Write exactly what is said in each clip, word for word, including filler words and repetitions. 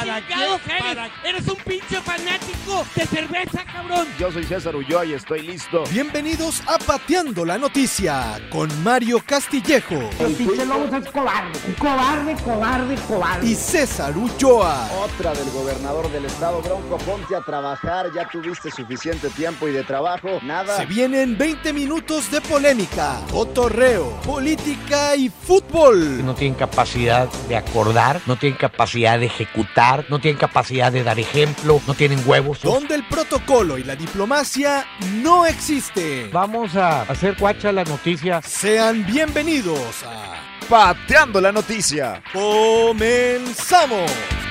¿Para qué? chingados eres? ¿Para... Eres un pinche fanático de cerveza, cabrón. Yo soy César Ulloa y estoy listo. Bienvenidos a Pateando la Noticia con Mario Castillejo. El pinche Lobos es cobarde, cobarde, cobarde, cobarde. Y César Ulloa. Otra del gobernador del estado, Bronco, ponte a trabajar, ya tuviste suficiente tiempo y de trabajo, nada. Se vienen veinte minutos de polémica, cotorreo, política y fútbol. No tienen capacidad de acordar, no tienen capacidad de ejecutar, no tienen capacidad de dar ejemplo, no tienen huevos. Donde el protocolo y la diplomacia no existen. Vamos a hacer cuacha la noticia. Sean bienvenidos a Pateando la Noticia. ¡Comenzamos!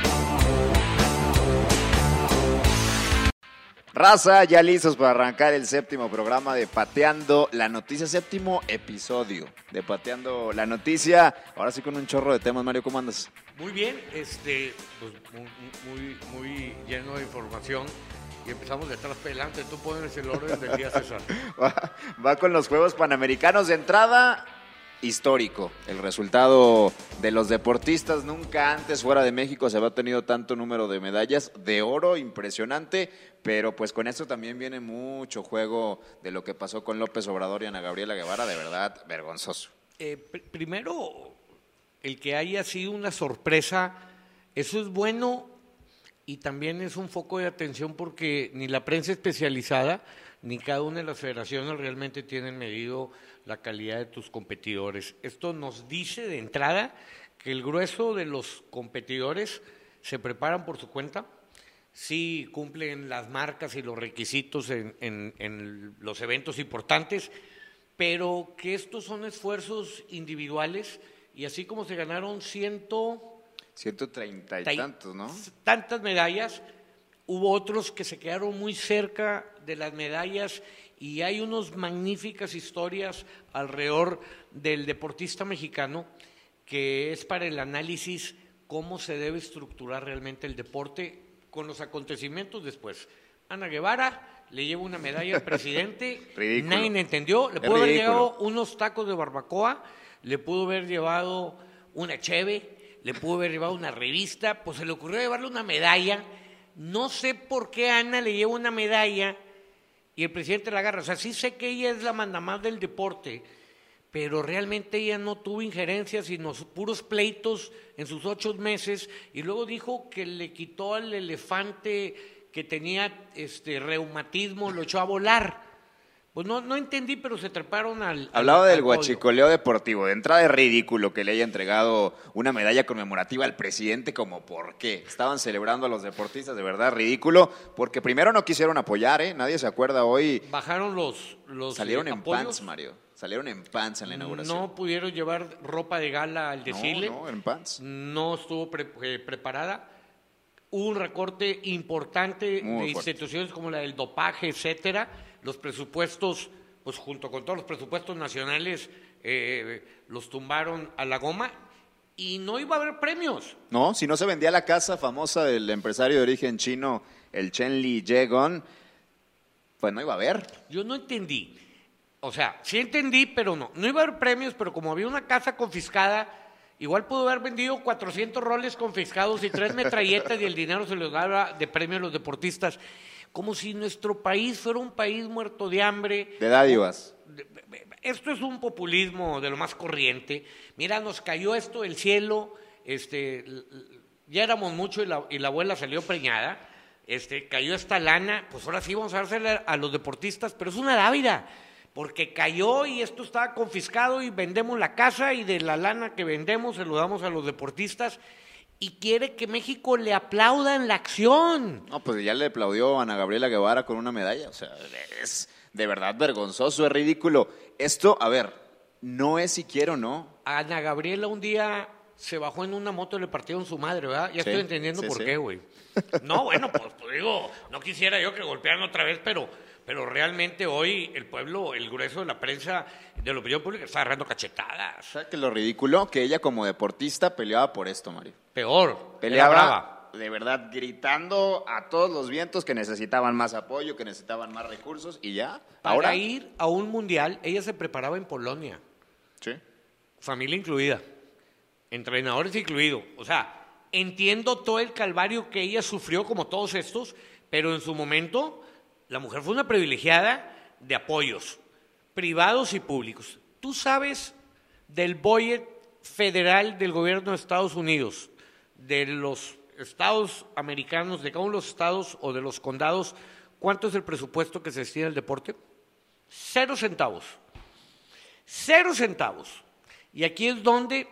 Raza, ya listos para arrancar el séptimo programa de Pateando la Noticia, séptimo episodio de Pateando la Noticia. Ahora sí con un chorro de temas. Mario, ¿cómo andas? Muy bien, este, pues muy, muy, muy lleno de información y empezamos de atrás para adelante. Tú pones el orden del día, César. Va, va con los Juegos Panamericanos de entrada. Histórico, el resultado de los deportistas. Nunca antes fuera de México se había tenido tanto número de medallas de oro, impresionante, pero pues con esto también viene mucho juego de lo que pasó con López Obrador y Ana Gabriela Guevara, de verdad vergonzoso. Eh, pr- primero, el que haya sido una sorpresa, eso es bueno y también es un foco de atención porque ni la prensa especializada ni cada una de las federaciones realmente tienen medido la calidad de tus competidores. Esto nos dice de entrada que el grueso de los competidores se preparan por su cuenta, sí cumplen las marcas y los requisitos en, en, en los eventos importantes, pero que estos son esfuerzos individuales y así como se ganaron ciento... ciento treinta y tantos, ¿no? Tantas medallas, hubo otros que se quedaron muy cerca de las medallas y hay unas magníficas historias alrededor del deportista mexicano que es para el análisis cómo se debe estructurar realmente el deporte con los acontecimientos después. Ana Guevara le lleva una medalla al presidente, Ridículo. Nadie entendió, le Es pudo haber ridículo. llevado unos tacos de barbacoa, le pudo haber llevado una cheve, le pudo haber llevado una revista, pues se le ocurrió llevarle una medalla. No sé por qué Ana le lleva una medalla y el presidente la agarra. O sea, sí sé que ella es la mandamás del deporte, pero realmente ella no tuvo injerencia, sino puros pleitos en sus ocho meses. Y luego dijo que le quitó al elefante que tenía este reumatismo, lo echó a volar. Pues no, no entendí, pero se treparon al... Hablaba al, del al podio. guachicoleo deportivo. De entrada es ridículo que le haya entregado una medalla conmemorativa al presidente, como por qué. Estaban celebrando a los deportistas, de verdad ridículo, porque primero no quisieron apoyar, ¿eh? Nadie se acuerda hoy. Bajaron los, los Salieron eh, en apoyos. pants, Mario. Salieron en pants en la inauguración. No pudieron llevar ropa de gala al desfile. No, no, en pants. No estuvo pre- eh, preparada. Hubo un recorte importante Muy de fuerte. instituciones como la del dopaje, etcétera. Los presupuestos, pues junto con todos los presupuestos nacionales, eh, los tumbaron a la goma y no iba a haber premios. No, si no se vendía la casa famosa del empresario de origen chino, el Chen Li Yegon, pues no iba a haber. Yo no entendí. O sea, sí entendí, pero no. No iba a haber premios, pero como había una casa confiscada, igual pudo haber vendido cuatrocientos roles confiscados y tres metralletas y el dinero se les daba de premio a los deportistas. Como si nuestro país fuera un país muerto de hambre. De dádivas. Esto es un populismo de lo más corriente. Mira, nos cayó esto del cielo, este, ya éramos mucho y la, y la abuela salió preñada, este, cayó esta lana, pues ahora sí vamos a dársela a los deportistas, pero es una dávida. Porque cayó y esto estaba confiscado y vendemos la casa y de la lana que vendemos se lo damos a los deportistas y quiere que México le aplauda en la acción. No, pues ya le aplaudió a Ana Gabriela Guevara con una medalla. O sea, es de verdad vergonzoso, es ridículo. Esto, a ver, no es si quiero o no. Ana Gabriela un día se bajó en una moto y le partieron su madre, ¿verdad? Ya Sí, estoy entendiendo sí, por sí. qué, güey. No, bueno, pues, pues digo, no quisiera yo que golpearan otra vez, pero, pero realmente hoy el pueblo, el grueso de la prensa, de la opinión pública, está agarrando cachetadas. O sea, que lo ridículo que ella como deportista peleaba por esto, Mario. Peor, Peleaba era brava. de verdad gritando a todos los vientos que necesitaban más apoyo, que necesitaban más recursos y ya. Para Ahora ir a un mundial, ella se preparaba en Polonia, sí. familia incluida, entrenadores incluidos. O sea, entiendo todo el calvario que ella sufrió, como todos estos, pero en su momento la mujer fue una privilegiada de apoyos privados y públicos. Tú sabes del budget federal del gobierno de Estados Unidos, de los estados americanos, de cada uno de los estados o de los condados, ¿cuánto es el presupuesto que se destina al deporte? Cero centavos. Cero centavos. Y aquí es donde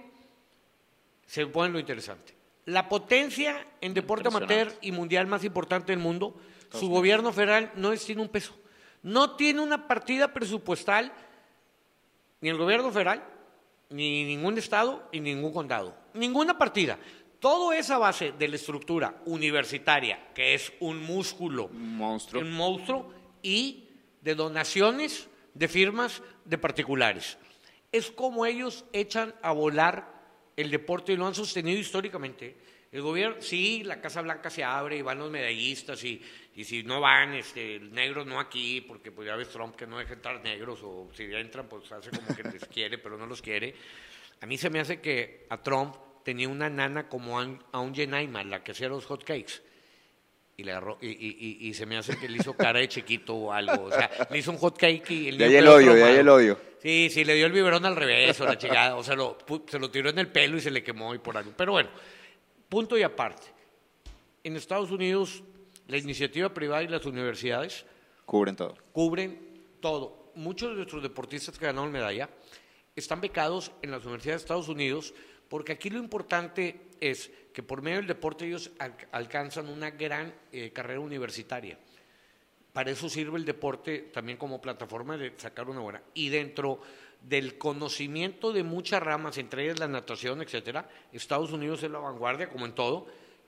se pone lo interesante. La potencia en deporte amateur y mundial más importante del mundo, su gobierno federal no destina un peso. No tiene una partida presupuestal, ni el gobierno federal, ni ningún estado y ningún condado. Ninguna partida. Todo es a base de la estructura universitaria, que es un músculo, Un monstruo. un monstruo, y de donaciones de firmas de particulares. Es como ellos echan a volar el deporte y lo han sostenido históricamente. El gobierno, sí, la Casa Blanca se abre y van los medallistas y, y si no van, este, negros no aquí, porque pues ya ves Trump que no deja entrar negros, o si entran pues hace como que les quiere, pero no los quiere. A mí se me hace que a Trump tenía una nana como a un Jemima, la que hacía los hot cakes, y, le agarró, y, y, y, y se me hace que le hizo cara de chiquito o algo, o sea, le hizo un hot cake y el De niño ahí el quedó odio, de traumado. ahí el odio. Sí, sí, le dio el biberón al revés o la chingada, o sea, lo, se lo tiró en el pelo y se le quemó y por algo. Pero bueno, punto y aparte. En Estados Unidos, la iniciativa privada y las universidades Cubren todo. cubren todo. Muchos de nuestros deportistas que ganaron medalla están becados en las universidades de Estados Unidos, porque aquí lo importante es que por medio del deporte ellos al- alcanzan una gran eh, carrera universitaria. Para eso sirve el deporte también como plataforma de sacar una buena. Y dentro del conocimiento de muchas ramas, entre ellas la natación, etcétera, Estados Unidos es la vanguardia, como en todo,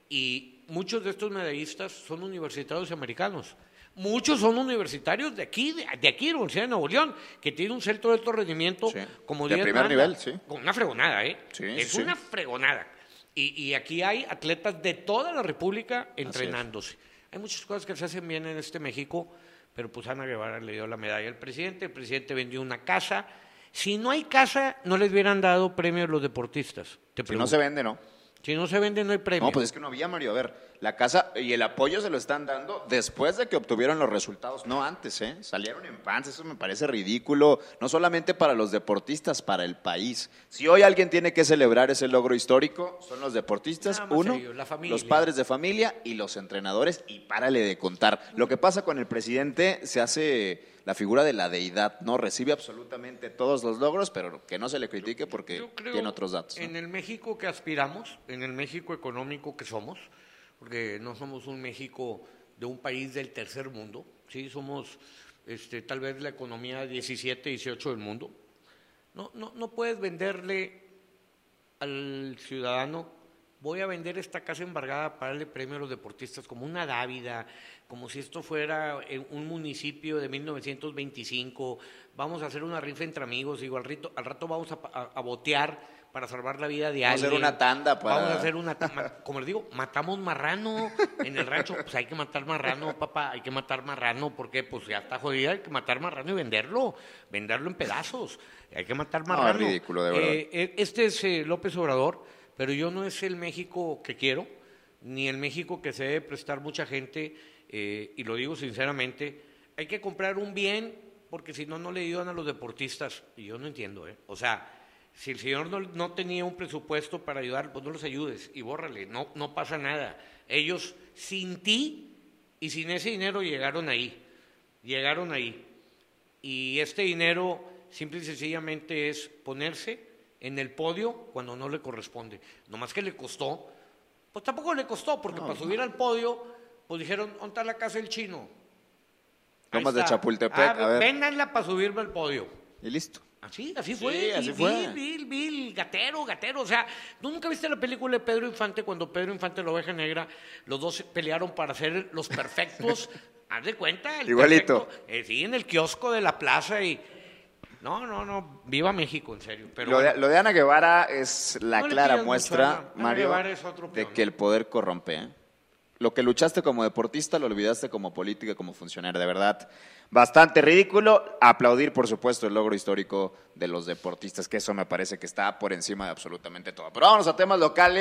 y muchos de estos medallistas son universitarios americanos. Muchos son universitarios de aquí, de, de aquí, de la Universidad de Nuevo León, que tiene un centro de alto rendimiento Sí. como De Díaz primer manda, nivel, sí. con una fregonada, ¿eh? Sí, es sí. una fregonada. Y, y aquí hay atletas de toda la República entrenándose. Hay muchas cosas que se hacen bien en este México, pero pues Ana Guevara le dio la medalla al presidente, el presidente vendió una casa. Si no hay casa, no les hubieran dado premio a los deportistas. Te Si no pregunto. se vende, no. Si no se vende, no hay premio. No, pues es que no había, Mario. A ver, la casa y el apoyo se lo están dando después de que obtuvieron los resultados, no antes, ¿eh? Salieron en pants, eso me parece ridículo, no solamente para los deportistas, para el país. Si hoy alguien tiene que celebrar ese logro histórico, son los deportistas, Nada más uno, ellos, la familia. los padres de familia y los entrenadores, y párale de contar. Lo que pasa con el presidente, se hace la figura de la deidad, ¿no? Recibe absolutamente todos los logros, pero que no se le critique porque Yo creo tiene otros datos, ¿no? En el México que aspiramos, en el México económico que somos, porque no somos un México de un país del tercer mundo, sí, somos este, tal vez la economía diecisiete, dieciocho del mundo. No, no, no puedes venderle al ciudadano, voy a vender esta casa embargada para darle premio a los deportistas como una dávida, como si esto fuera en un municipio de mil novecientos veinticinco, vamos a hacer una rifa entre amigos, digo, al, rito, al rato vamos a, a, a botear para salvar la vida de Vamos a alguien. hacer una tanda para- Vamos a hacer una tanda, como les digo, matamos marrano en el rancho, pues hay que matar marrano, papá, hay que matar marrano, porque pues ya está jodida, hay que matar marrano y venderlo, venderlo en pedazos, hay que matar No, es marrano. ridículo, de verdad. Eh, eh, este es eh, López Obrador, pero yo no es el México que quiero, ni el México que se debe prestar mucha gente, eh, y lo digo sinceramente, hay que comprar un bien, porque si no, no le ayudan a los deportistas, y yo no entiendo, ¿eh? O sea, si el señor no, no tenía un presupuesto para ayudar, pues no los ayudes, y bórrale, no, no pasa nada. Ellos, sin ti y sin ese dinero, llegaron ahí, llegaron ahí, y este dinero, simple y sencillamente, es ponerse en el podio cuando no le corresponde. Nomás que le costó, pues tampoco le costó, porque para subir al podio, pues dijeron, ¿dónde está la casa del chino? Ahí Lomas de está. Chapultepec, Ah, a ver. véndanla para subirme al podio. Y listo. Así, así Sí, fue. así y fue. Bill, Bill, Bill, gatero, gatero. O sea, ¿tú nunca viste la película de Pedro Infante cuando Pedro Infante, la oveja negra, los dos se pelearon para ser los perfectos? Haz de cuenta. El Igualito. perfecto, eh, sí, en el kiosco de la plaza y... No, no, no, viva México, en serio. Pero Lo de, bueno, lo de Ana Guevara es la No le clara pidas mucho a muestra, Ana. Ana Mario, Guevara es otro de peón, que ¿no? el poder corrompe. ¿eh? Lo que luchaste como deportista lo olvidaste como política, como funcionario. De verdad, bastante ridículo. Aplaudir, por supuesto, el logro histórico de los deportistas, que eso me parece que está por encima de absolutamente todo. Pero vámonos a temas locales.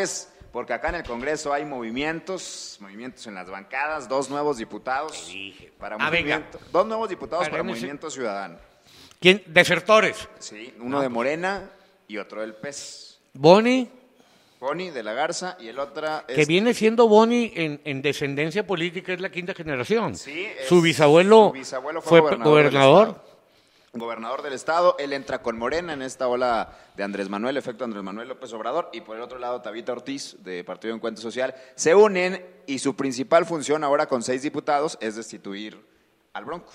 porque acá en el Congreso hay movimientos, movimientos en las bancadas, dos nuevos diputados Te dije. para Ah, movimiento, dos nuevos diputados Para para M C. Movimiento Ciudadano. ¿Quién? Desertores. Sí, uno de Morena y otro del P E S. Boni, Boni de la Garza y el otro es... que viene siendo Boni en, en descendencia política, es la quinta generación. Sí, es- su bisabuelo, su bisabuelo fue, fue gobernador. gobernador del Estado. Gobernador del Estado, él entra con Morena en esta ola de Andrés Manuel, efecto Andrés Manuel López Obrador, y por el otro lado Tabita Ortiz, de Partido Encuentro Social, se unen y su principal función ahora con seis diputados es destituir al Bronco.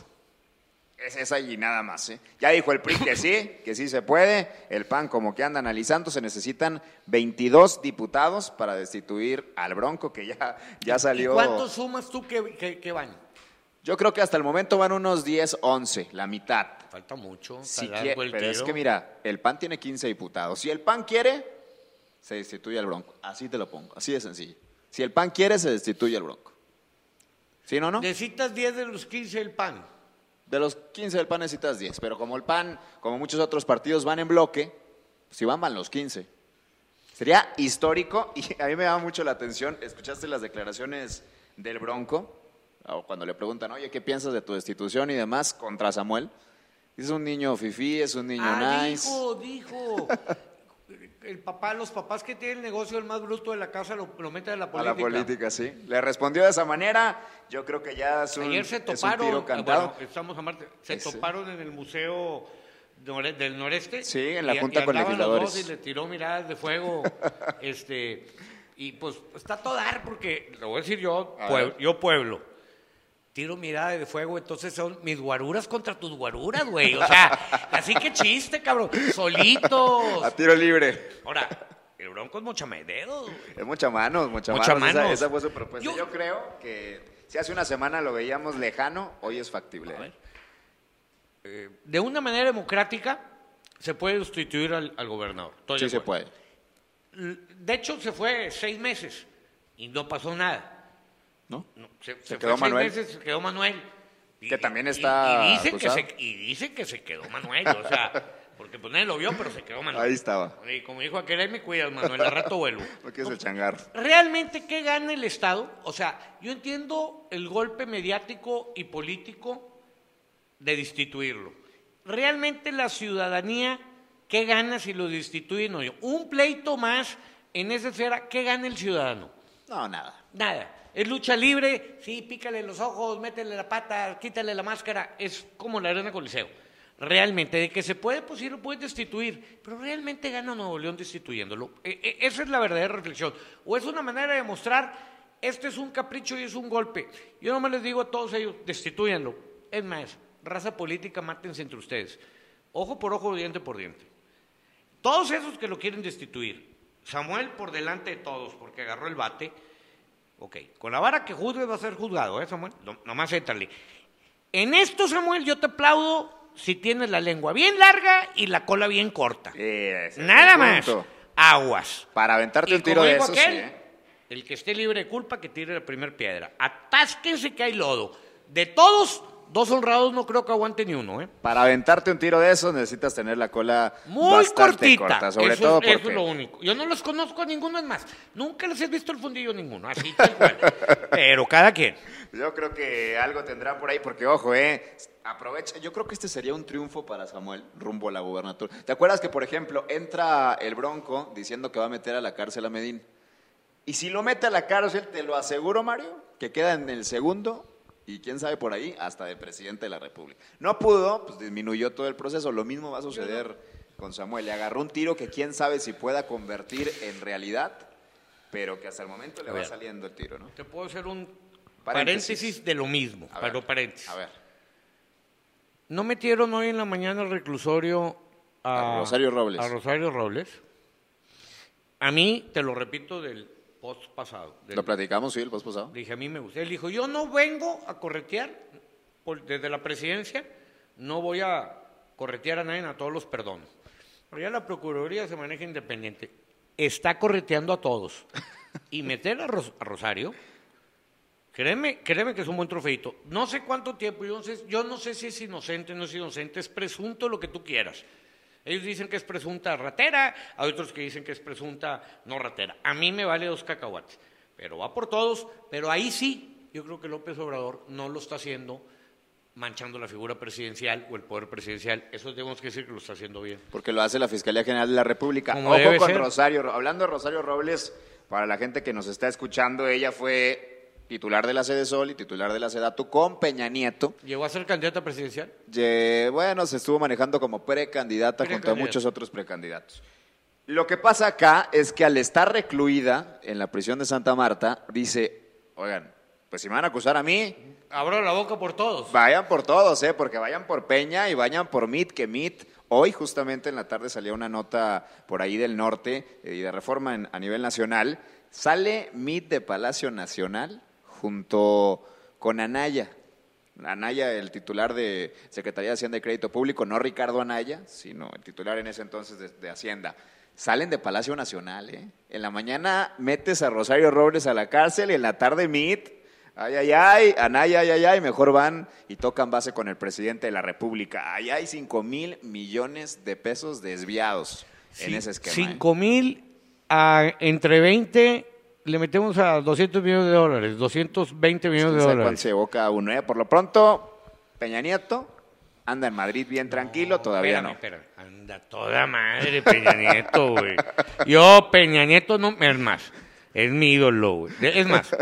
Es esa y nada más. ¿eh? Ya dijo el P R I que sí, que sí se puede, el P A N como que anda analizando, se necesitan veintidós diputados para destituir al Bronco, que ya, ya salió... ¿Y cuántos sumas tú que, que, que van? Yo creo que hasta el momento van unos diez, once, la mitad. Falta mucho. Si está quiere, largo el pero es tiro. que mira, el P A N tiene quince diputados. Si el P A N quiere, se destituye al Bronco. Así te lo pongo, así de sencillo. Si el P A N quiere, se destituye al Bronco. ¿Sí, no, no? Necesitas diez de los quince del P A N. De los quince del P A N necesitas diez, pero como el P A N, como muchos otros partidos van en bloque, si van, van los quince. Sería histórico y a mí me llama mucho la atención, ¿escuchaste las declaraciones del Bronco? O cuando le preguntan, oye, ¿qué piensas de tu destitución y demás contra Samuel? Es un niño fifí, es un niño Ah, nice. dijo, dijo. El papá, los papás que tienen el negocio, el más bruto de la casa, lo, lo meten a la A política. la política, sí. Le respondió de esa manera, yo creo que ya es un, Ayer se es un toparon, tiro ah, cantado. bueno, estamos a martes, se Ese. toparon en el Museo Nore- del Noreste. Sí, en la y- junta y con andaban los legisladores. dos y le tiró miradas de fuego. este Y pues está a todo dar, porque, lo voy a decir yo, A pueb- ver. yo pueblo. Tiro mirada de fuego, entonces son mis guaruras contra tus guaruras, güey. O sea, así que chiste, cabrón. Solitos. A tiro libre. Ahora, el Bronco es mochamededo. Es mucha manos, mucha, Mucha manos. Esa, manos. esa fue su propuesta. Yo, Yo- creo que si hace una semana lo veíamos lejano, hoy es factible. A ver. Eh, de una manera democrática se puede sustituir al, al gobernador. Estoy de Sí se acuerdo. puede. L- De hecho, se fue seis meses y no pasó nada. ¿No? No, se, Se se quedó fue Manuel. seis meses, se quedó Manuel. Y- Que también y- está Y, dicen que acusado. se, y dicen que se quedó Manuel, o sea, porque pues nadie lo vio, pero se quedó Manuel. Ahí estaba. Y como dijo aquel, ahí me cuidas, Manuel, al rato vuelvo. Porque es el changar. ¿Realmente qué gana el Estado? O sea, yo entiendo el golpe mediático y político de destituirlo. ¿Realmente la ciudadanía qué gana si lo destituyen o no? Un pleito más en esa esfera, ¿qué gana el ciudadano? No, nada. Nada. Es lucha libre, sí, pícale los ojos, métele la pata, quítale la máscara, es como la arena Coliseo. Realmente, de que se puede, pues sí lo puedes destituir, pero realmente gana Nuevo León destituyéndolo. E- e- esa es la verdadera reflexión. O es una manera de mostrar, este es un capricho y es un golpe. Yo nomás les digo a todos ellos, destituyanlo. Es más, raza política, mátense entre ustedes. Ojo por ojo, diente por diente. Todos esos que lo quieren destituir, Samuel por delante de todos, porque agarró el bate. Ok, con la vara que juzgue va a ser juzgado, ¿eh, Samuel? No, nomás éntale. En esto, Samuel, yo te aplaudo si tienes la lengua bien larga y la cola bien corta. Ese es Nada el más. punto. Aguas. Para aventarte Y un tiro como de dijo esos, aquel, sí, ¿eh? el que esté libre de culpa, que tire la primera piedra. Atásquense que hay lodo. De todos, dos honrados no creo que aguante ni uno, ¿eh? Para aventarte un tiro de esos necesitas tener la cola Muy bastante cortita. corta, sobre eso, todo es, eso porque es lo único. Yo no los conozco a ninguno, es más. Nunca les he visto el fundillo a ninguno, así tal cual. Pero cada quien. yo creo que algo tendrán por ahí, porque ojo, eh, aprovecha. Yo creo que este sería un triunfo para Samuel rumbo a la gubernatura. ¿Te acuerdas que, por ejemplo, entra el Bronco diciendo que va a meter a la cárcel a Medín? Y si lo mete a la cárcel, te lo aseguro, Mario, que queda en el segundo y quién sabe por ahí, hasta de presidente de la República. No pudo, pues disminuyó todo el proceso. Lo mismo va a suceder con Samuel. Le agarró un tiro que quién sabe si pueda convertir en realidad, pero que hasta el momento le A va ver. saliendo el tiro, ¿no? Te puedo hacer un Paréntesis. paréntesis, de lo mismo, A ver, pero paréntesis. A ver, ¿No metieron hoy en la mañana al reclusorio a, A Rosario Robles. A Rosario Robles. A mí, te lo repito del post pasado. del- lo platicamos, sí, el post pasado. Dije, a mí me gusta. Él dijo, yo no vengo a corretear por- desde la presidencia, no voy a corretear a nadie, a todos los perdono. Pero ya la Procuraduría se maneja independiente. Está correteando a todos. Y meter a, Ros- a Rosario, créeme, créeme que es un buen trofeito. No sé cuánto tiempo, yo no sé, yo no sé si es inocente o no es inocente, es presunto lo que tú quieras. Ellos dicen que es presunta ratera, hay otros que dicen que es presunta no ratera. A mí me vale dos cacahuates, pero va por todos, pero ahí sí, yo creo que López Obrador no lo está haciendo manchando la figura presidencial o el poder presidencial. Eso tenemos que decir que lo está haciendo bien. Porque lo hace la Fiscalía General de la República. Como Ojo debe con ser. Rosario. Hablando de Rosario Robles, para la gente que nos está escuchando, ella fue titular de la Sede Sol y titular de la Sedatu con Peña Nieto. ¿Llegó a ser candidata presidencial? Ye- bueno, se estuvo manejando como precandidata junto a Precandidata. muchos otros precandidatos. Lo que pasa acá es que al estar recluida en la prisión de Santa Marta, dice, oigan, pues si me van a acusar a mí, Abro la boca por todos. vayan por todos, ¿eh? Porque vayan por Peña y vayan por Mit, que Mit, hoy justamente en la tarde salía una nota por ahí del norte eh, y de Reforma en- a nivel nacional, sale Mit de Palacio Nacional junto con Anaya. Anaya, el titular de Secretaría de Hacienda y Crédito Público, no Ricardo Anaya, sino el titular en ese entonces de, de Hacienda. Salen de Palacio Nacional, ¿eh? En la mañana metes a Rosario Robles a la cárcel y en la tarde Mit, ay, ay, ay, Anaya, ay, ay, ay, mejor van y tocan base con el presidente de la República. Ahí hay cinco mil millones de pesos desviados en ese esquema. ¿eh? cinco mil a entre veinte, le metemos a doscientos millones de dólares, doscientos veinte millones de ¿Quién sabe cuánto dólares. se llevó cada uno? ¿eh? Por lo pronto, Peña Nieto anda en Madrid bien tranquilo, todavía Espérame, no. espérame. Anda toda madre Peña Nieto, güey. Yo, Peña Nieto, no, es más, es mi ídolo, güey. Es más,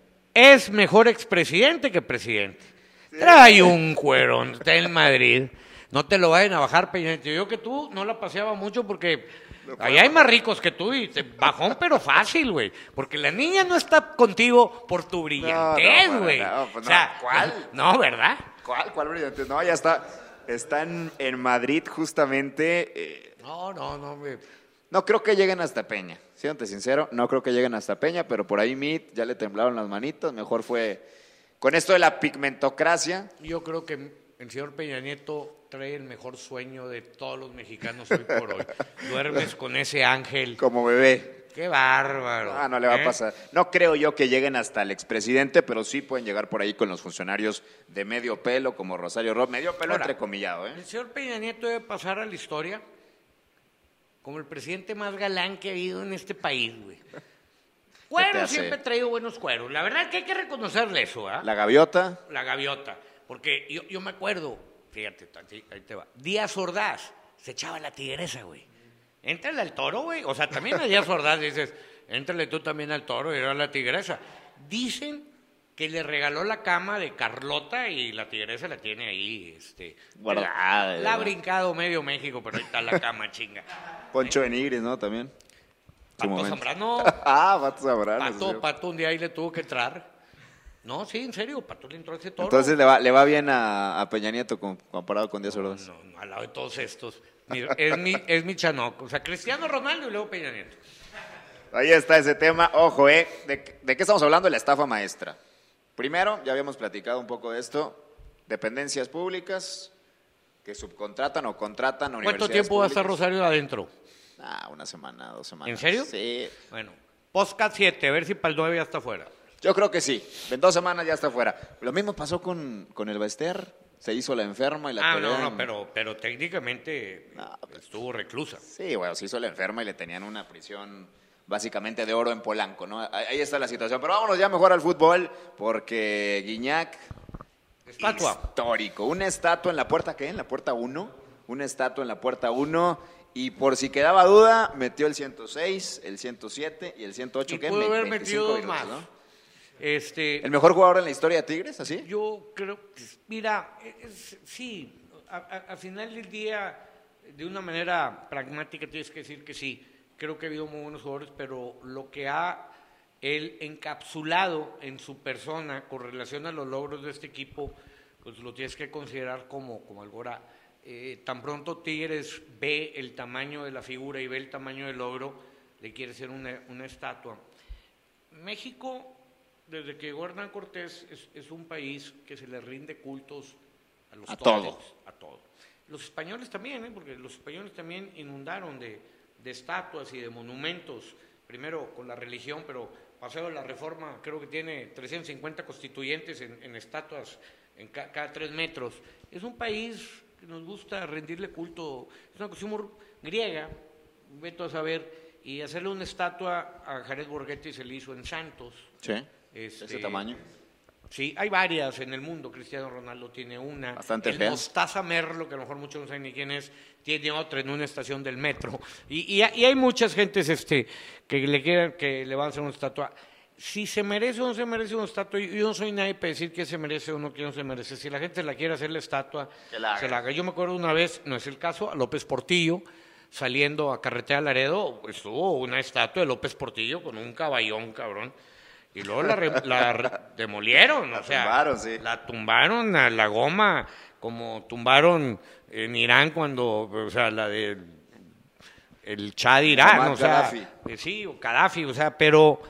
es mejor expresidente que presidente. Trae un cuerón, está en Madrid. No te lo vayan a bajar, Peña Nieto. Yo que tú no la paseaba mucho porque allá hay más ricos que tú y te bajón, pero fácil, güey. Porque la niña no está contigo por tu brillantez, no, güey. no, pues o sea, no, ¿cuál? No, ¿verdad? ¿Cuál? ¿Cuál brillante? No, ya está. Está en, en Madrid justamente. eh, No, no, no, güey. no creo que lleguen hasta Peña. Siéntate sincero, no creo que lleguen hasta Peña, pero por ahí Mit ya le temblaron las manitas. Mejor fue con esto de la pigmentocracia. Yo creo que el señor Peña Nieto trae el mejor sueño de todos los mexicanos hoy por hoy. Duermes con ese ángel. Como bebé. Qué bárbaro. Ah, no le va ¿eh? a pasar. No creo yo que lleguen hasta el expresidente, pero sí pueden llegar por ahí con los funcionarios de medio pelo, como Rosario Robles. Medio pelo Ahora, entrecomillado, ¿eh? El señor Peña Nieto debe pasar a la historia como el presidente más galán que ha habido en este país, güey. te Cuero, hace? siempre ha traído buenos cueros. La verdad es que hay que reconocerle eso, ¿ah? La gaviota. La gaviota. Porque yo, yo me acuerdo, fíjate, ahí ahí te va. Díaz Ordaz se echaba la tigresa, güey. Éntrale al toro, güey. O sea, también a Díaz Ordaz dices, éntrale tú también al toro y era la tigresa. Dicen que le regaló la cama de Carlota y la tigresa la tiene ahí, este. Guardada, La, la ha ¿no? brincado medio México, pero ahí está la cama, chinga. Poncho de Nigris, ¿no? También. Su Pato momento. Zambrano. Ah, Pato Zambrano. sí. Pato, Pato un día ahí le tuvo que entrar. No, sí, en serio, Pato le entró a ese toro. Entonces le va, le va bien a, a Peña Nieto con- comparado con Díaz Ordaz. No, no, al lado de todos estos. Mira, es mi, es mi chanoco. O sea, Cristiano Ronaldo y luego Peña Nieto. Ahí está ese tema. Ojo, ¿eh? ¿De, de qué estamos hablando? De la estafa maestra. Primero, ya habíamos platicado un poco de esto. Dependencias públicas que subcontratan o contratan a ¿Cuánto universidades tiempo va a estar públicas. Rosario adentro? Ah, una semana, dos semanas. ¿En serio? Sí. Bueno, Postcat siete, a ver si para el nueve ya está fuera. Yo creo que sí. En dos semanas ya está fuera. Lo mismo pasó con, con el Bester. Se hizo la enferma y la Ah, no, tenían- no, pero, pero técnicamente No, pues- estuvo reclusa. Sí, bueno, se hizo la enferma y le tenían una prisión básicamente de oro en Polanco, ¿no? Ahí ahí está la situación. Pero vámonos ya mejor al fútbol, porque Guiñac, Estatua. histórico. Una estatua en la puerta, ¿qué? En la puerta uno. Una estatua en la puerta uno. Y por si quedaba duda, metió el ciento seis, el ciento siete y el ciento ocho. Y ¿qué? pudo haber veinticinco metido dos minutos, más. ¿no? Este, ¿El mejor jugador en la historia de Tigres, así? Yo creo, mira, es- sí, a- a- al final del día, de una manera pragmática tienes que decir que sí. Creo que ha habido muy buenos jugadores, pero lo que ha él encapsulado en su persona con relación a los logros de este equipo, pues lo tienes que considerar como, como algo. Ahora, eh, tan pronto Tigres ve el tamaño de la figura y ve el tamaño del logro, le quiere hacer una, una estatua. México, desde que llegó Hernán Cortés, es, es un país que se le rinde cultos a los A tótems, todo. a todo. Los españoles también, ¿eh? Porque los españoles también inundaron de, de estatuas y de monumentos, primero con la religión, pero Paseo de la Reforma creo que tiene trescientos cincuenta constituyentes en, en estatuas en ca- cada tres metros. Es un país que nos gusta rendirle culto, es una costumbre griega, veto a saber, y hacerle una estatua a Jared Borghetti se le hizo en Santos. Sí, Este, ese tamaño. Sí, hay varias en el mundo. Cristiano Ronaldo tiene una. Bastante el fea. Mostaza Merlo, que a lo mejor muchos no saben ni quién es, tiene otra en una estación del metro. Y, y, y hay muchas gentes este, que le quieran, que le van a hacer una estatua. Si se merece o no se merece una estatua, yo no soy nadie para decir que se merece o no que no se merece. Si la gente la quiere hacer la estatua, Que la haga. se la haga. Yo me acuerdo una vez, no es el caso, a López Portillo, saliendo a Carretera Laredo, estuvo una estatua de López Portillo con un caballón, cabrón. Y luego la, re, la re, demolieron, La o sea, tumbaron, sí. la tumbaron a la goma, como tumbaron en Irán cuando, o sea, la de el Chad Irán, Muammar o sea, Gaddafi. eh, sí, o Gaddafi, o sea, pero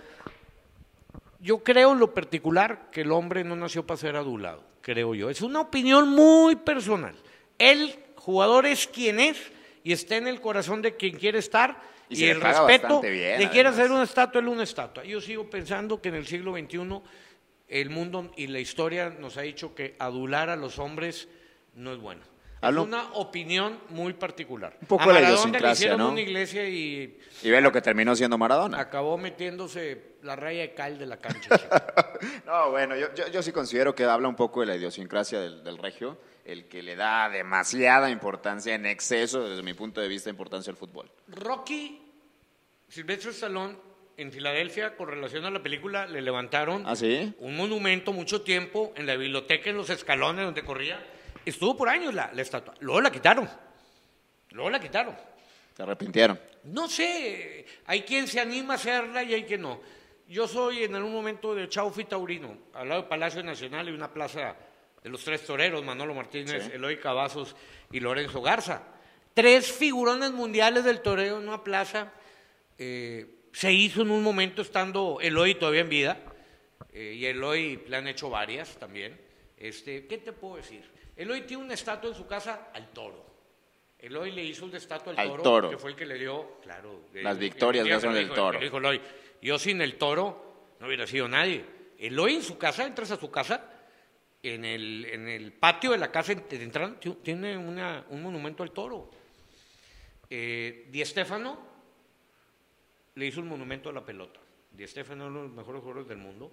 yo creo en lo particular que el hombre no nació para ser adulado, creo yo. Es una opinión muy personal. El jugador es quien es y está en el corazón de quien quiere estar. Y Y, se le el paga respeto, bastante bien, le quiere además. hacer una estatua, él una estatua. Yo sigo pensando que en el siglo veintiuno el mundo y la historia nos ha dicho que adular a los hombres no es bueno. Hablo- Es una opinión muy particular. Un poco a la Maradona le idiosincrasia, hicieron ¿no? una iglesia y Y ve lo que terminó siendo Maradona. acabó metiéndose la raya de cal de la cancha. No, bueno, yo, yo, yo sí considero que habla un poco de la idiosincrasia del, del regio, el que le da demasiada importancia en exceso, desde mi punto de vista, importancia al fútbol. Rocky, Silvestre Stallone, en Filadelfia, con relación a la película, le levantaron ¿Ah, sí? un monumento mucho tiempo en la biblioteca, en los escalones donde corría. Estuvo por años la, la estatua. Luego la quitaron. Luego la quitaron. Se arrepintieron. No sé, hay quien se anima a hacerla y hay quien no. Yo soy en algún momento de Chaufi Taurino, al lado del Palacio Nacional y una plaza de los tres toreros, Manolo Martínez, Sí. Eloy Cavazos y Lorenzo Garza. Tres figurones mundiales del toreo en una plaza. Eh, se hizo en un momento estando Eloy todavía en vida, eh, y Eloy le han hecho varias también. Este, ¿qué te puedo decir? Eloy tiene una estatua en su casa al toro. Eloy le hizo una estatua al, Al toro, toro. que fue el que le dio, claro. Las eh, victorias el día son que del dijo- toro. que dijo Eloy, yo sin el toro no hubiera sido nadie. Eloy en su casa, entras a su casa, en el, en el patio de la casa de entrada, tiene una, un monumento al toro. Eh, Di Stéfano le hizo un monumento a la pelota. Di Stéfano es uno de los mejores jugadores del mundo.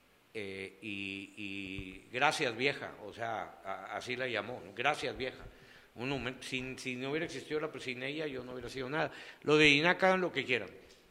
Eh, y, y gracias vieja, o sea, a, así la llamó, ¿no? Gracias vieja. Un momento, sin, si no hubiera existido la sin ella, yo no hubiera sido nada. Lo de Inac, hagan lo que quieran.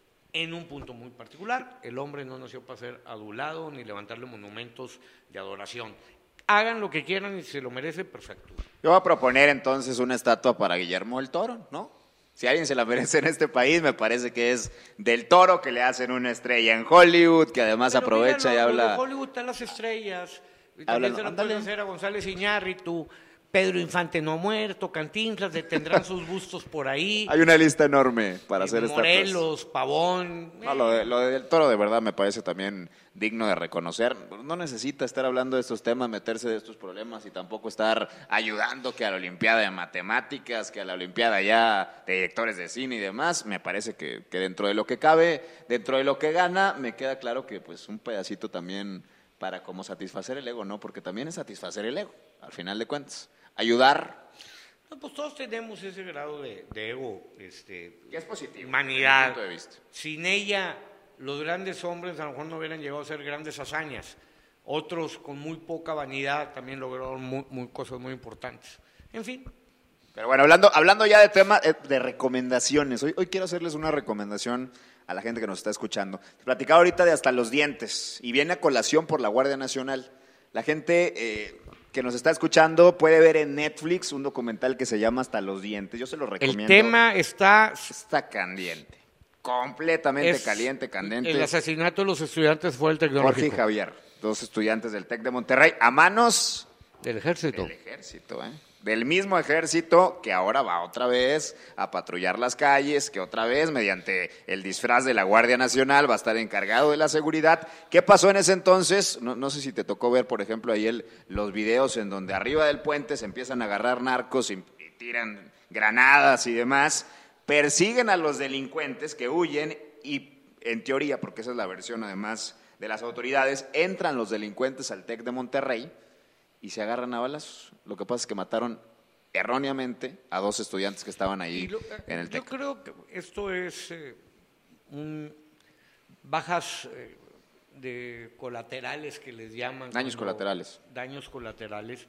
En un punto muy particular, el hombre no nació para ser adulado ni levantarle monumentos de adoración. Hagan lo que quieran y si se lo merece, perfecto. Yo voy a proponer entonces una estatua para Guillermo del Toro, ¿no? Si alguien se la merece en este país, me parece que es del Toro, que le hacen una estrella en Hollywood, que además Pero aprovecha mira, y lo- lo habla... de Hollywood están las estrellas. Y Hablan- también se lo ándale. pueden hacer a González Iñárritu, Pedro Infante no ha muerto, Cantinflas, de- tendrán sus bustos por ahí. Hay una lista enorme para hacer estatuas. Morelos, Pavón. No, lo, de, lo de del Toro de verdad me parece también digno de reconocer. No necesita estar hablando de estos temas, meterse de estos problemas y tampoco estar ayudando que a la Olimpiada de Matemáticas, que a la Olimpiada ya de directores de cine y demás. Me parece que, que dentro de lo que cabe, dentro de lo que gana, me queda claro que pues un pedacito también para como satisfacer el ego, ¿no? Porque también es satisfacer el ego, al final de cuentas. Ayudar, No, pues todos tenemos ese grado de, de ego, este, que es positivo. humanidad. desde mi punto de vista. Sin ella, los grandes hombres a lo mejor no hubieran llegado a hacer grandes hazañas. Otros con muy poca vanidad también lograron muy, muy cosas muy importantes. En fin, Pero bueno, hablando, hablando ya de temas eh, de recomendaciones, hoy, hoy quiero hacerles una recomendación a la gente que nos está escuchando. Te platicaba ahorita de hasta los dientes y viene a colación por la Guardia Nacional. La gente eh, que nos está escuchando puede ver en Netflix un documental que se llama Hasta los dientes. Yo se lo recomiendo. el tema está... Está caliente, completamente es caliente, candente. El asesinato de los estudiantes fue el Jorge y tecnológico Javier, dos estudiantes del TEC de Monterrey, a manos del ejército. del ejército, ¿eh? Del mismo ejército que ahora va otra vez a patrullar las calles, que otra vez mediante el disfraz de la Guardia Nacional va a estar encargado de la seguridad. ¿Qué pasó en ese entonces? No, no sé si te tocó ver, por ejemplo, ahí el, los videos en donde arriba del puente se empiezan a agarrar narcos y, y tiran granadas y demás. Persiguen a los delincuentes que huyen y, en teoría, porque esa es la versión además de las autoridades, entran los delincuentes al TEC de Monterrey y se agarran a balazos. Lo que pasa es que mataron erróneamente a dos estudiantes que estaban ahí Lo, en el yo TEC. creo que esto es eh, un, bajas eh, de colaterales que les llaman. Daños cuando, colaterales. Daños colaterales,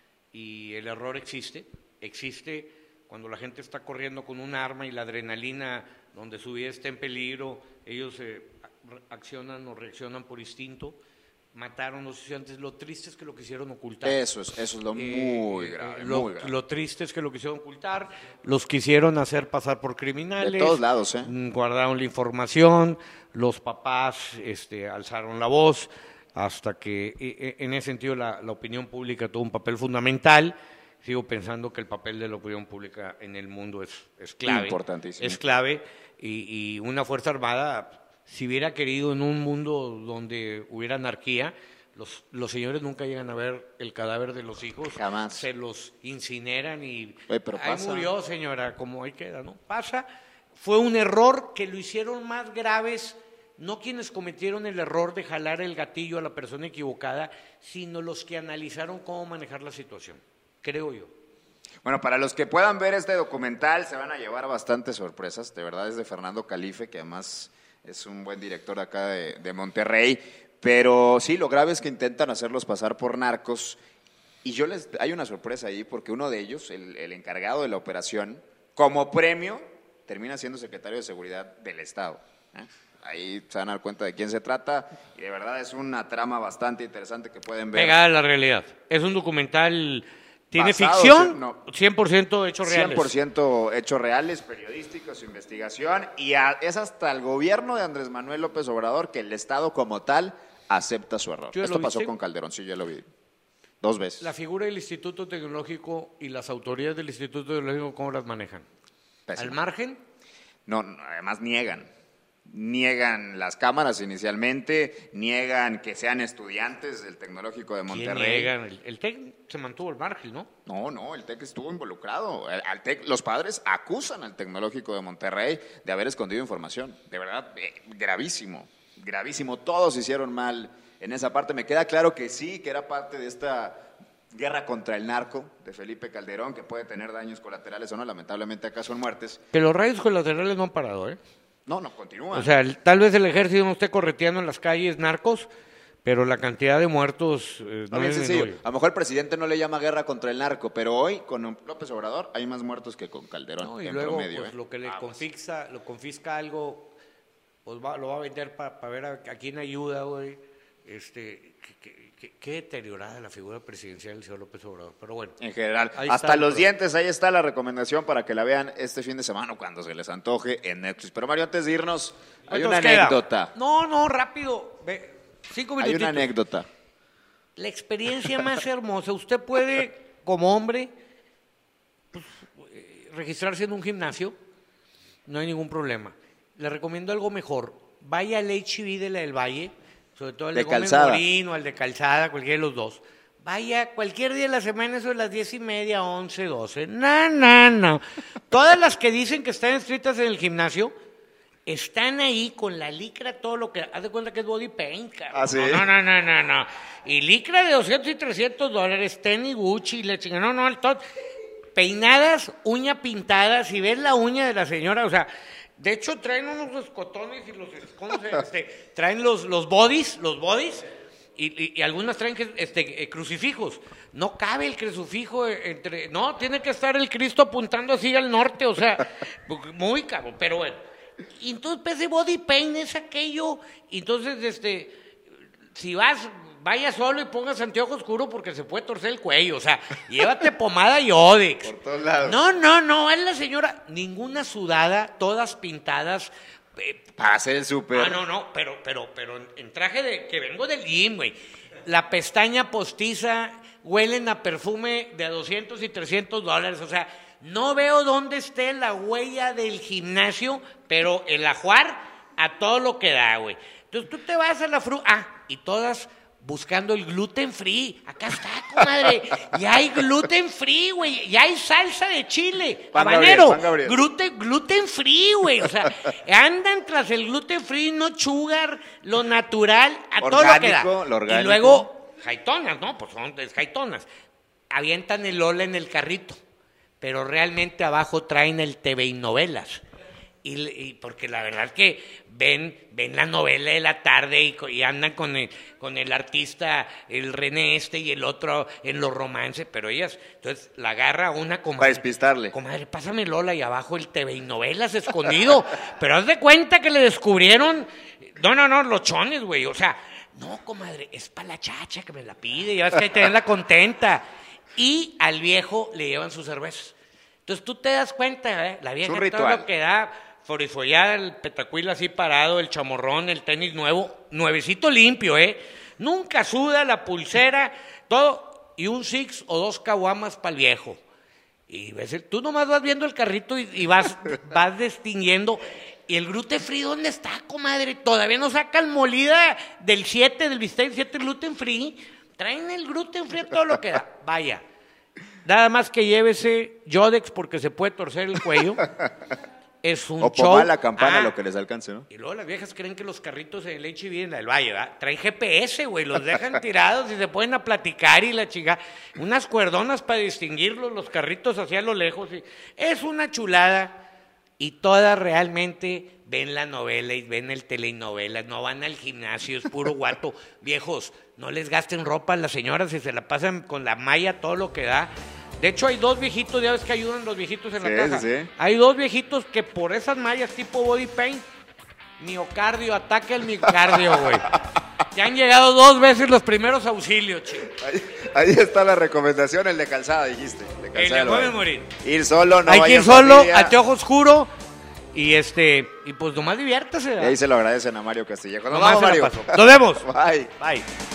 y el error existe, existe cuando la gente está corriendo con un arma y la adrenalina, donde su vida está en peligro, ellos eh, accionan o reaccionan por instinto. Mataron a los estudiantes. Lo triste es que lo quisieron ocultar. Eso es, eso es lo muy Eh, grave, eh, lo, muy grave. lo triste es que lo quisieron ocultar, los quisieron hacer pasar por criminales. De todos lados, ¿eh? mm, Guardaron la información, los papás este, alzaron la voz, hasta que e- e- en ese sentido la, la opinión pública tuvo un papel fundamental. Sigo pensando que el papel de la opinión pública en el mundo es, es clave. Importantísimo. Es clave, y, y una Fuerza Armada, si hubiera querido en un mundo donde hubiera anarquía, los, los señores nunca llegan a ver el cadáver de los hijos. Jamás. Se los incineran y Oye, pero ahí pasa. murió, señora, como ahí queda, ¿no? Pasa. Fue un error que lo hicieron más graves, no quienes cometieron el error de jalar el gatillo a la persona equivocada, sino los que analizaron cómo manejar la situación, creo yo. Bueno, para los que puedan ver este documental se van a llevar bastantes sorpresas. De verdad es de Fernando Calife, que además es un buen director acá de, de Monterrey. Pero sí, lo grave es que intentan hacerlos pasar por narcos. Y yo les hay una sorpresa ahí, porque uno de ellos, el, el encargado de la operación, como premio, termina siendo secretario de Seguridad del Estado. ¿eh? Ahí se van a dar cuenta de quién se trata. Y de verdad es una trama bastante interesante que pueden ver. Pegada a la realidad. Es un documental, tiene Basado, ficción, sí, no. cien por ciento hechos reales. cien por ciento hechos reales, periodísticos, investigación, y a- es hasta el gobierno de Andrés Manuel López Obrador que el Estado como tal acepta su error. ¿Tú ya Esto lo pasó viste? con Calderón, sí, yo lo vi dos veces. La figura del Instituto Tecnológico y las autoridades del Instituto Tecnológico, ¿cómo las manejan? Pésimo. Al margen, No, no, además niegan. Niegan las cámaras inicialmente, niegan que sean estudiantes del Tecnológico de ¿quién Monterrey. niegan? El, el TEC se mantuvo al margen, ¿no? No, no, el TEC estuvo involucrado. El- al TEC, los padres acusan al Tecnológico de Monterrey de haber escondido información. De verdad, eh, gravísimo, gravísimo. Todos hicieron mal en esa parte. Me queda claro que sí, que era parte de esta guerra contra el narco de Felipe Calderón, que puede tener daños colaterales o no, lamentablemente acá son muertes. Que los rayos colaterales no han parado, ¿eh? No, no, continúa. O sea, el- tal vez el ejército no esté correteando en las calles narcos, pero la cantidad de muertos eh, No, no bien es sencillo. menor. A lo mejor el presidente no le llama guerra contra el narco, pero hoy con López Obrador hay más muertos que con Calderón No, y en luego, promedio. pues, ¿eh? lo que le Aguas. confisca, lo confisca algo, pues va- lo va a vender para ver a, a quién ayuda, güey. Este, qué, qué- qué- qué deteriorada la figura presidencial del señor López Obrador. Pero bueno, En general, Ahí hasta está el los pro- dientes, ahí está la recomendación para que la vean este fin de semana o cuando se les antoje en Netflix. Pero Mario, antes de irnos, hay ¿cuánto una nos queda? anécdota. No, no, rápido. Ve, cinco Hay minutitos. una anécdota. La experiencia más hermosa. Usted puede, como hombre, pues, eh, registrarse en un gimnasio. No hay ningún problema. Le recomiendo algo mejor. Vaya al H E B de la del Valle, sobre todo el De de, Gómez Calzada. Morín o al de Calzada, cualquiera de los dos. Vaya cualquier día de la semana, eso de las diez y media, once, doce. No, no, no. Todas las que dicen que están inscritas en el gimnasio están ahí con la licra, todo lo que... Haz de cuenta que es body paint, cabrón. ¿Ah, sí? No, no, no, no, no. Y licra de doscientos y trescientos dólares, tenis Gucci, le chingan. No, no, el todo. Peinadas, uña pintada. Si ves la uña de la señora, o sea... De hecho, traen unos escotones y los... ¿Cómo se este, traen los, los bodies, los bodies... Y, y- y algunas traen que- este, eh, crucifijos. No cabe el crucifijo eh, entre... No, tiene que estar el Cristo apuntando así al norte, o sea, muy cabrón, pero bueno. Y entonces, pues, ese body paint es aquello. Y entonces, este, si vas, vaya solo y pongas anteojo oscuro porque se puede torcer el cuello. O sea, llévate pomada y Odex. Por todos lados. No, no, no, es la señora, ninguna sudada, todas pintadas. eh, Para hacer el súper. Ah, no, no, pero, pero, pero en- en traje de que vengo del gym, güey. La pestaña postiza, huelen a perfume de doscientos y trescientos dólares. O sea, no veo dónde esté la huella del gimnasio, pero el ajuar a todo lo que da, güey. Entonces tú te vas a la fru... Ah, y todas buscando el gluten free. Acá está, comadre. Ya hay gluten free, güey. Ya hay salsa de chile. Pan Habanero. Gabriel, pan Gabriel. Gluten, gluten free, güey. O sea, andan tras el gluten free, no sugar, lo natural, a todo lo que da. Orgánico, lo orgánico. Y luego, jaitonas, ¿no? Pues son es jaitonas. Avientan el Lola en el carrito. pero realmente abajo traen el T V y novelas. Y, y porque la verdad es que ven, ven la novela de la tarde y, y andan con el, con el artista, el René este y el otro en los romances, pero ellas, entonces la agarra una comadre. Para despistarle. Comadre, pásame Lola y abajo el T V y novelas escondido. Pero haz de cuenta que le descubrieron, no, no, no, los chones, güey, o sea, no, comadre, es para la chacha que me la pide, ya ves que hay que tenerla contenta. Y al viejo le llevan sus cervezas. Entonces tú te das cuenta, ¿eh? La vieja Es un todo ritual. lo que da, forifollada, el petacuil así parado, el chamorrón, el tenis nuevo, nuevecito limpio, ¿eh? Nunca suda, la pulsera, todo, y un six o dos caguamas para el viejo. Y ves el- tú nomás vas viendo el carrito y, y vas, vas distinguiendo. ¿Y el gluten free dónde está, comadre? Todavía no sacan molida del siete, del bistec siete gluten free. Traen el gluten free a todo lo que da. Vaya. Nada más que llévese Yodex porque se puede torcer el cuello. Es un O show. pomar la campana, Ah, lo que les alcance, ¿no? y luego las viejas creen que los carritos en el H B en el Valle, ¿verdad? Traen G P S, güey, los dejan tirados y se ponen a platicar y la chica. Unas cuerdonas para distinguirlos, los carritos hacia lo lejos. Y es una chulada y todas realmente ven la novela y ven el telenovela, no van al gimnasio, es puro guato. Viejos, no les gasten ropa a las señoras y se la pasan con la malla todo lo que da. De hecho, hay dos viejitos, ya ves que ayudan los viejitos en Sí, la casa. sí, sí. Hay dos viejitos que por esas mallas tipo body paint, miocardio, ataque al miocardio, güey. Ya han llegado dos veces los primeros auxilios, chico. Ahí, ahí está la recomendación, el de calzada, dijiste. De El calzada de del puede Valle. morir. Ir solo, no Hay que vaya ir en solo, familia. anteojo oscuro, y este, y pues nomás diviértase, Y ¿verdad? ahí se lo agradecen a Mario Castillejo. Nos Nomás vamos, se la Mario. pasó. Nos vemos. Bye. Bye.